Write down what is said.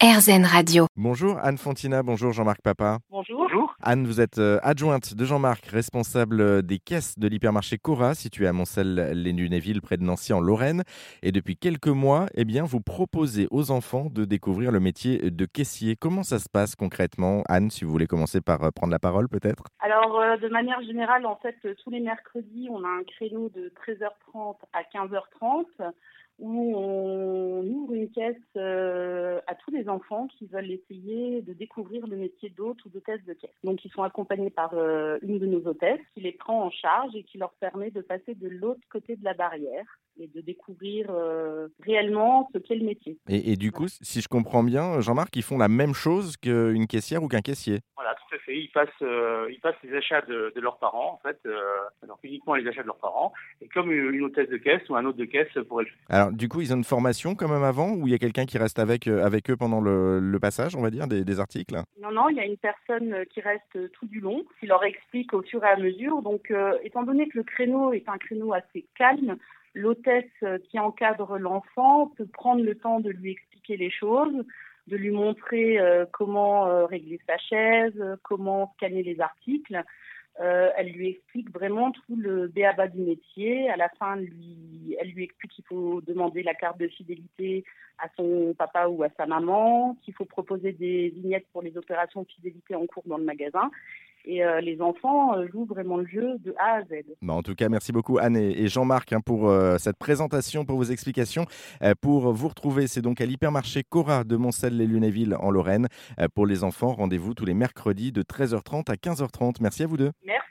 RZN Radio. Bonjour Anne Fontina, bonjour Jean-Marc Papa. Bonjour. Anne, vous êtes adjointe de Jean-Marc, responsable des caisses de l'hypermarché Cora, situé à Moncel-les-Lunéville, près de Nancy en Lorraine. Et depuis quelques mois, vous proposez aux enfants de découvrir le métier de caissier. Comment ça se passe concrètement? Anne, si vous voulez commencer par prendre la parole peut-être. Alors, de manière générale, en fait, tous les mercredis, on a un créneau de 13h30 à 15h30 où on ouvre une caisse à tous les enfants qui veulent essayer de découvrir le métier d'hôte ou d'hôtesse de caisse. Donc, ils sont accompagnés par une de nos hôtesses qui les prend en charge et qui leur permet de passer de l'autre côté de la barrière et de découvrir réellement ce qu'est le métier. Et du coup, si je comprends bien, Jean-Marc, ils font la même chose qu'une caissière ou qu'un caissier. Voilà, tout à fait. Ils passent les achats de leurs parents, en fait, donc uniquement les achats de leurs parents, et comme une hôtesse de caisse ou un hôte de caisse pourrait le faire. Alors du coup, ils ont une formation quand même avant, ou il y a quelqu'un qui reste avec eux pendant le passage, on va dire, des articles? Non, il y a une personne qui reste tout du long, qui leur explique au fur et à mesure. Donc, étant donné que le créneau est un créneau assez calme, l'hôtesse qui encadre l'enfant peut prendre le temps de lui expliquer les choses, de lui montrer comment régler sa chaise, comment scanner les articles. Elle lui explique vraiment tout le b.a.-ba du métier. À la fin, elle lui explique qu'il faut demander la carte de fidélité à son papa ou à sa maman, qu'il faut proposer des vignettes pour les opérations de fidélité en cours dans le magasin. Et les enfants jouent vraiment le jeu de A à Z. En tout cas, merci beaucoup Anne et Jean-Marc pour cette présentation, pour vos explications. Pour vous retrouver, c'est donc à l'hypermarché Cora de Moncel-les-Lunéville en Lorraine. Pour les enfants, rendez-vous tous les mercredis de 13h30 à 15h30. Merci à vous deux. Merci.